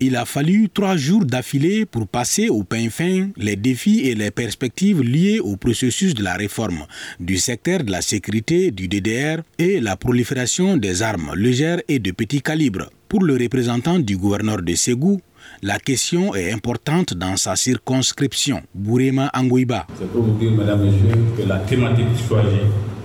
Il a fallu 3 jours d'affilée pour passer au peigne fin les défis et les perspectives liés au processus de la réforme du secteur de la sécurité du DDR et la prolifération des armes légères et de petit calibre. Pour le représentant du gouverneur de Ségou, la question est importante dans sa circonscription, Bourema Angouiba. C'est pour vous dire, mesdames et messieurs, que la thématique choisie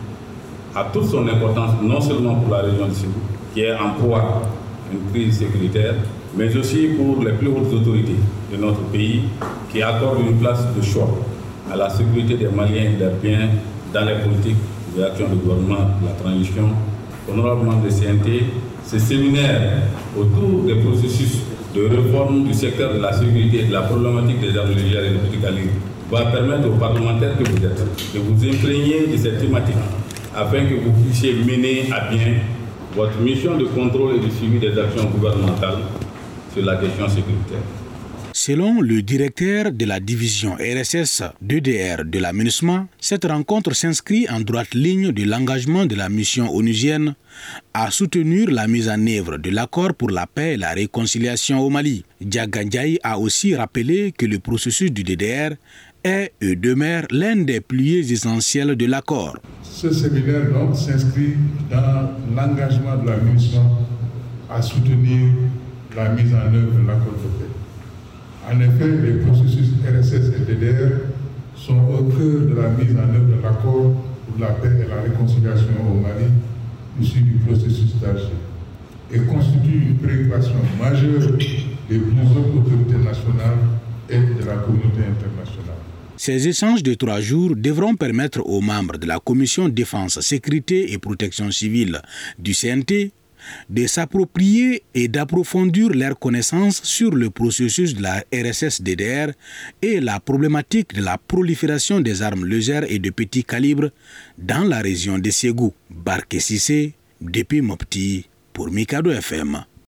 a toute son importance, non seulement pour la région de Ségou, qui est en proie à une crise sécuritaire, mais aussi pour les plus hautes autorités de notre pays, qui accordent une place de choix à la sécurité des Maliens et de leurs biens dans les politiques de l'action du gouvernement de la transition. Honorablement de CNT, ce séminaire autour des processus de réforme du secteur de la sécurité et de la problématique des armes légères et de petit calibre va permettre aux parlementaires que vous êtes de vous imprégner de cette thématique afin que vous puissiez mener à bien votre mission de contrôle et de suivi des actions gouvernementales sur la question sécuritaire. Selon le directeur de la division RSS DDR de la MINUSMA, cette rencontre s'inscrit en droite ligne de l'engagement de la mission onusienne à soutenir la mise en œuvre de l'accord pour la paix et la réconciliation au Mali. Diagandiaï a aussi rappelé que le processus du DDR est et demeure l'un des piliers essentiels de l'accord. Ce séminaire donc s'inscrit dans l'engagement de la MINUSMA à soutenir la mise en œuvre de l'accord de paix. En effet, les processus RSS et DDR sont au cœur de la mise en œuvre de l'accord pour la paix et la réconciliation au Mali, issu du processus d'Alger, et constituent une préoccupation majeure des plus hautes autorités nationales et de la communauté internationale. Ces échanges de 3 jours devront permettre aux membres de la Commission Défense, Sécurité et Protection Civile du CNT de s'approprier et d'approfondir leurs connaissances sur le processus de la RSS-DDR et la problématique de la prolifération des armes légères et de petit calibre dans la région de Ségou. Barké Cissé, depuis Mopti, pour Mikado FM.